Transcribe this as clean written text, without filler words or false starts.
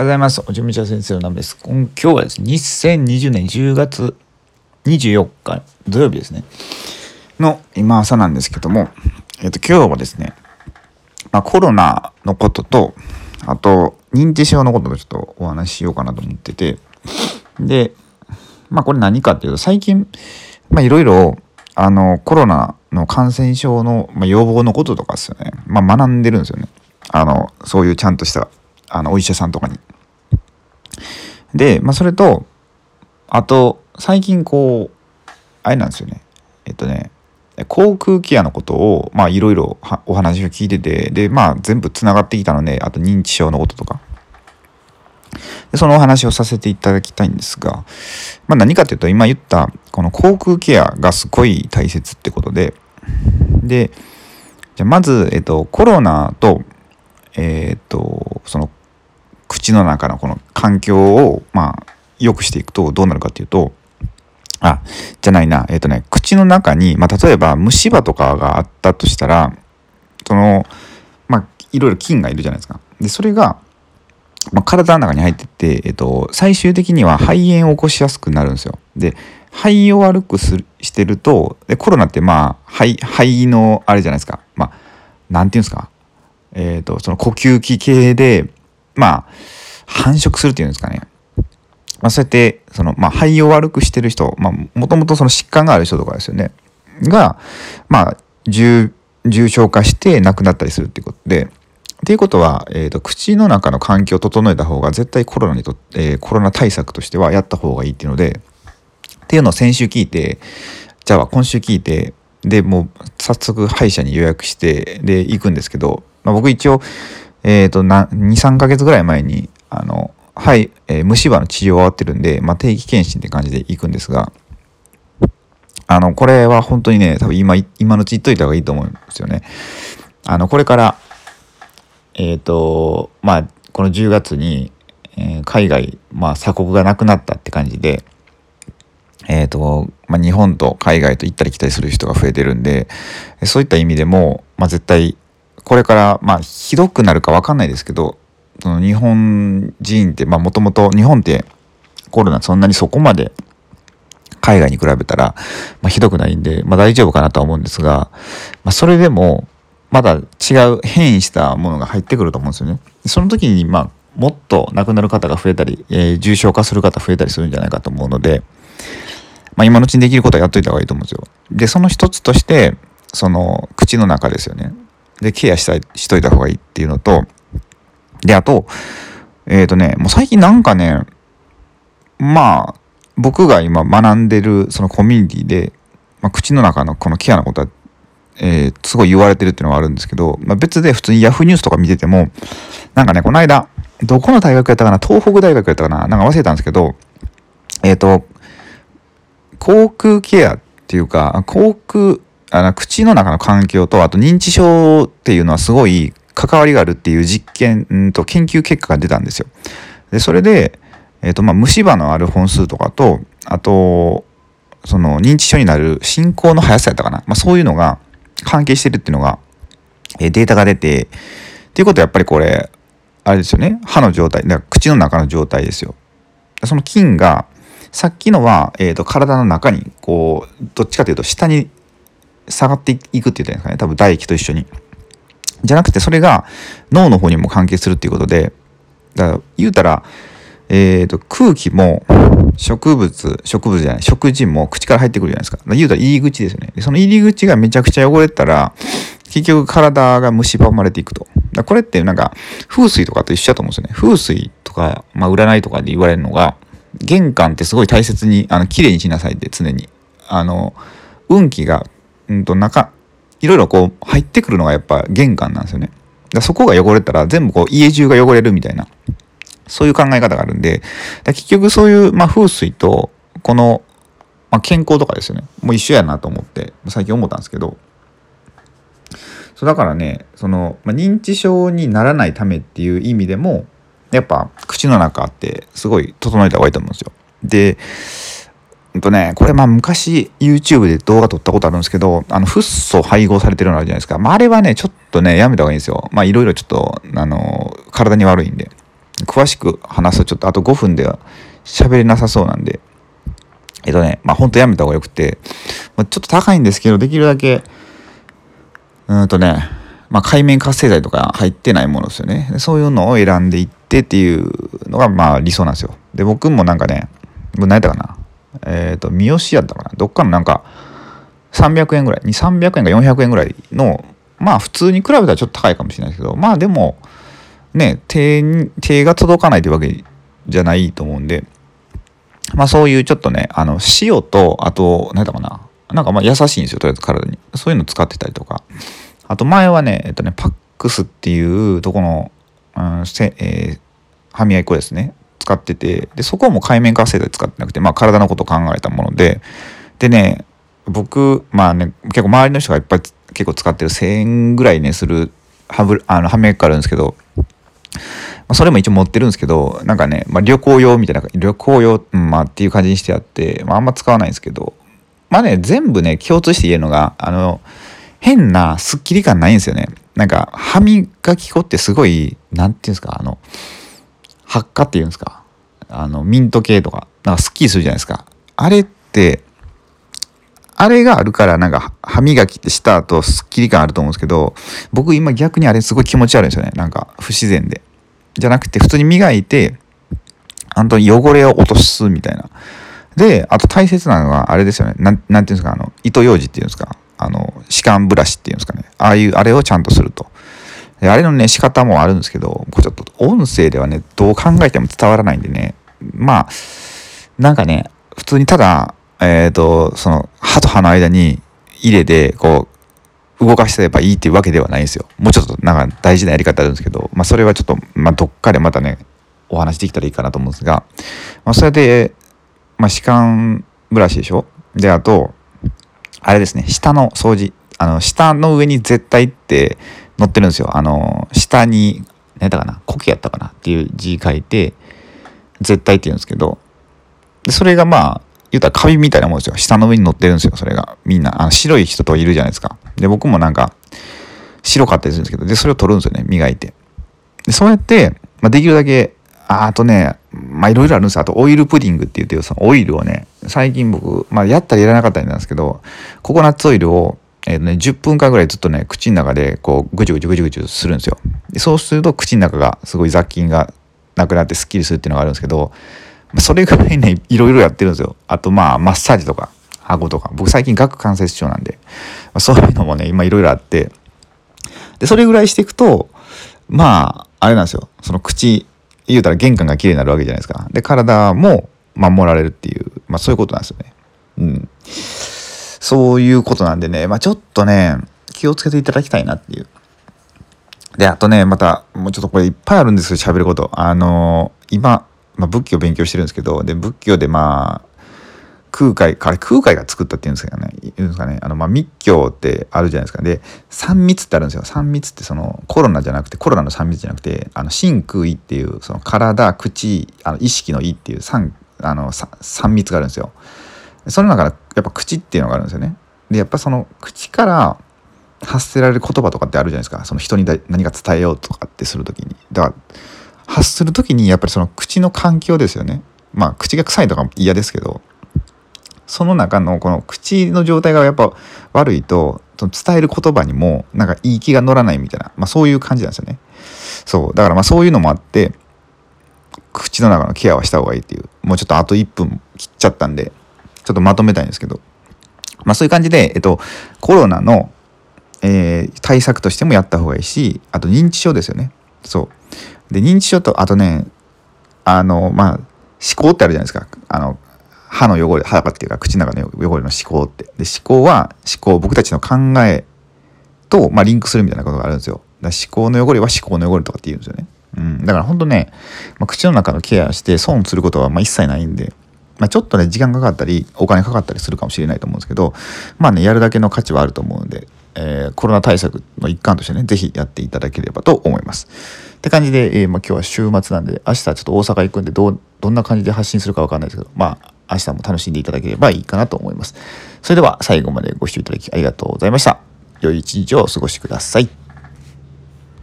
ございます。おじみちゃ先生のナムです。今日はですね、2020年10月24日土曜日ですねの今朝なんですけども、今日はですね、コロナのことと、あと認知症のことをちょっとお話ししようかなと思ってて、で、これ何かっていうと、最近いろいろコロナの感染症の、予防のこととかですよね、学んでるんですよね。そういうちゃんとしたお医者さんとかに。で、それとあと最近あれなんですよね。口腔ケアのことをいろいろお話を聞いてて、で全部つながってきたので、あと認知症のこととかで、そのお話をさせていただきたいんですが、何かというと、今言ったこの口腔ケアがすごい大切ってことで、じゃあまず、コロナとその口の中のこの環境を良くしていくとどうなるかっていうと、口の中に例えば虫歯とかがあったとしたら、いろいろ菌がいるじゃないですか。でそれが、体の中に入ってって、最終的には肺炎を起こしやすくなるんですよ。で肺を悪くしてると、コロナって肺のあれじゃないですか。なんていうんですか、その呼吸器系で繁殖するっていうんですかね。そうやって肺を悪くしてる人、もともとその疾患がある人とかですよねが重症化して亡くなったりするっていうことで、っていうことは、口の中の環境を整えた方が絶対コロナ対策としてはやった方がいいっていうので、っていうのを先週聞いて、じゃあ今週聞いて、でもう早速歯医者に予約してで行くんですけど、僕一応2,3 ヶ月ぐらい前に虫歯の治療終わってるんで、定期検診って感じで行くんですが、これは本当にね、多分今のうち言っといた方がいいと思うんですよね。これからこの10月に、海外鎖国がなくなったって感じで、日本と海外と行ったり来たりする人が増えてるんで、そういった意味でも、絶対これからひどくなるか分かんないですけど、その日本人ってもともと日本ってコロナそんなにそこまで海外に比べたらひどくないんで、大丈夫かなとは思うんですが、それでもまだ違う変異したものが入ってくると思うんですよね。その時にもっと亡くなる方が増えたり、重症化する方増えたりするんじゃないかと思うので、今のうちにできることはやっといた方がいいと思うんですよ。でその一つとしてその口の中ですよね。でケアしといた方がいいっていうのと、であともう最近僕が今学んでるそのコミュニティで、口の中のこのケアのことは、すごい言われてるっていうのはあるんですけど、別で普通にヤフーニュースとか見ててもこの間どこの大学やったかな、東北大学やったかな、忘れたんですけど、口腔ケアっていうか口の中の環境と、あと認知症っていうのはすごい関わりがあるっていう実験と研究結果が出たんですよ。でそれで、虫歯のある本数とかと、あとその認知症になる進行の速さやったかな、そういうのが関係してるっていうのが、データが出て、っていうことはやっぱりこれあれですよね、歯の状態、だから口の中の状態ですよ。その菌がさっきのは、体の中にどっちかというと下に下がっていくって言ったんですかね、多分唾液と一緒に。じゃなくてそれが脳の方にも関係するっていうことで、だから言うたら、空気も食事も口から入ってくるじゃないですか。言うたら入り口ですよね。でその入り口がめちゃくちゃ汚れたら結局体が蝕まれていくと。これって風水とかと一緒だと思うんですよね。風水とか、占いとかで言われるのが、玄関ってすごい大切に綺麗にしなさいって、常に運気がいろいろ入ってくるのがやっぱ玄関なんですよね。そこが汚れたら全部家中が汚れるみたいな、そういう考え方があるんで、結局そういう、風水とこの、健康とかですよね、もう一緒やなと思って最近思ったんですけど、だからね、認知症にならないためっていう意味でもやっぱ口の中ってすごい整えた方がいいと思うんですよ。でこれ昔 YouTube で動画撮ったことあるんですけど、フッ素配合されてるのあるじゃないですか。あれはねちょっとねやめた方がいいんですよ。いろいろちょっと体に悪いんで、 詳しく話すとちょっとあと5分では喋れなさそうなんで、ほんとやめた方がよくて、ちょっと高いんですけど、できるだけ、界面活性剤とか入ってないものですよね。そういうのを選んでいってっていうのが理想なんですよ。で、僕も何やったかな。三好やったかな。どっかの300円ぐらい、300円か400円ぐらいの、普通に比べたらちょっと高いかもしれないですけど、でも、ね、手が届かないというわけじゃないと思うんで、そういうちょっとね、塩と、あと、何やったかな。優しいんですよ、とりあえず体に。そういうの使ってたりとか。あと前はね、パックスっていうとこの、歯磨き粉ですね。使ってて、で、そこはもう界面活性剤使ってなくて、体のことを考えたもので、でね、僕、結構周りの人がいっぱい結構使ってる1000円ぐらいね、する歯磨き粉あるんですけど、それも一応持ってるんですけど、旅行用みたいな、旅行用、っていう感じにしてあって、あんま使わないんですけど、全部ね、共通して言えるのが、変なスッキリ感ないんですよね。歯磨き粉ってすごい、なんていうんですか、発火っていうんですか、ミント系とか、スッキリするじゃないですか。あれって、あれがあるから歯磨きってした後スッキリ感あると思うんですけど、僕今逆にあれすごい気持ち悪いんですよね。不自然で。じゃなくて普通に磨いて、本当に汚れを落とすみたいな。で、あと大切なのはあれですよね。なんていうんですか、糸ようじっていうんですか。歯間ブラシっていうんですかね。あれをちゃんとすると。であれのね、仕方もあるんですけど、これちょっと音声ではね、どう考えても伝わらないんでね。普通にただ、その歯と歯の間に入れて、動かしてればいいっていうわけではないんですよ。もうちょっと大事なやり方あるんですけど、それはちょっと、どっかでまたね、お話できたらいいかなと思うんですが、それで、歯間ブラシでしょ。で、あと、あれですね、下の掃除。下の上に絶対って載ってるんですよ。下に、何やったかな、苔やったかなっていう字書いて、絶対って言うんですけど、でそれが言うたらカビみたいなもんですよ。下の上に乗ってるんですよ。それがみんな白い人といるじゃないですか。で僕も白かったりするんですけど、でそれを取るんですよね、磨いて。でそうやって、できるだけあとね、いろいろあるんですよ。あとオイルプディングって言って、そのオイルをね、最近僕、やったりやらなかったりなんですけど、ココナッツオイルを10分間ぐらいずっとね、口の中でぐちゅぐちゅぐちゅぐちゅするんですよ。でそうすると口の中がすごい雑菌がなくなってスッキリするっていうのがあるんですけど、それぐらいね、いろいろやってるんですよ。あとマッサージとか、顎とか。僕最近顎関節症なんで、そういうのもね、今いろいろあって。で、それぐらいしていくと、あれなんですよ。その口、言うたら玄関が綺麗になるわけじゃないですか。で、体も守られるっていう、そういうことなんですよね。うん。そういうことなんでね、ちょっとね、気をつけていただきたいなっていう。で、あとね、また、もうちょっとこれいっぱいあるんですよ、喋ること。今、仏教勉強してるんですけど、で仏教で空海が作ったっていうんですかね、密教ってあるじゃないですか。で三密ってあるんですよ。三密ってそのコロナの三密じゃなくて、心空意っていうその体口意識の意っていう三密があるんですよ。その中からやっぱ口っていうのがあるんですよね。でやっぱその口から発せられる言葉とかってあるじゃないですか。その人に何か伝えようとかってするときに、だから発するときにやっぱりその口の環境ですよね。口が臭いとかも嫌ですけど、その中のこの口の状態がやっぱ悪いと、その伝える言葉にもいい気が乗らないみたいな、そういう感じなんですよね。そうだからそういうのもあって、口の中のケアはした方がいいっていう。もうちょっとあと1分切っちゃったんでちょっとまとめたいんですけど、そういう感じでコロナの対策としてもやった方がいいし、あと認知症ですよね。そうで認知症と、あとね思考ってあるじゃないですか。歯の汚れ、歯っていうか口の中の汚れの思考って。で思考、僕たちの考えと、リンクするみたいなことがあるんですよ。だから思考の汚れは思考の汚れとかって言うんですよね。だから本当ね、口の中のケアして損することは一切ないんで、ちょっとね時間かかったりお金かかったりするかもしれないと思うんですけど、やるだけの価値はあると思うので、コロナ対策の一環としてね、ぜひやっていただければと思います。って感じで、今日は週末なんで、明日ちょっと大阪行くんで、どんな感じで発信するか分かんないですけど、明日も楽しんでいただければいいかなと思います。それでは最後までご視聴いただきありがとうございました。良い一日をお過ごしください。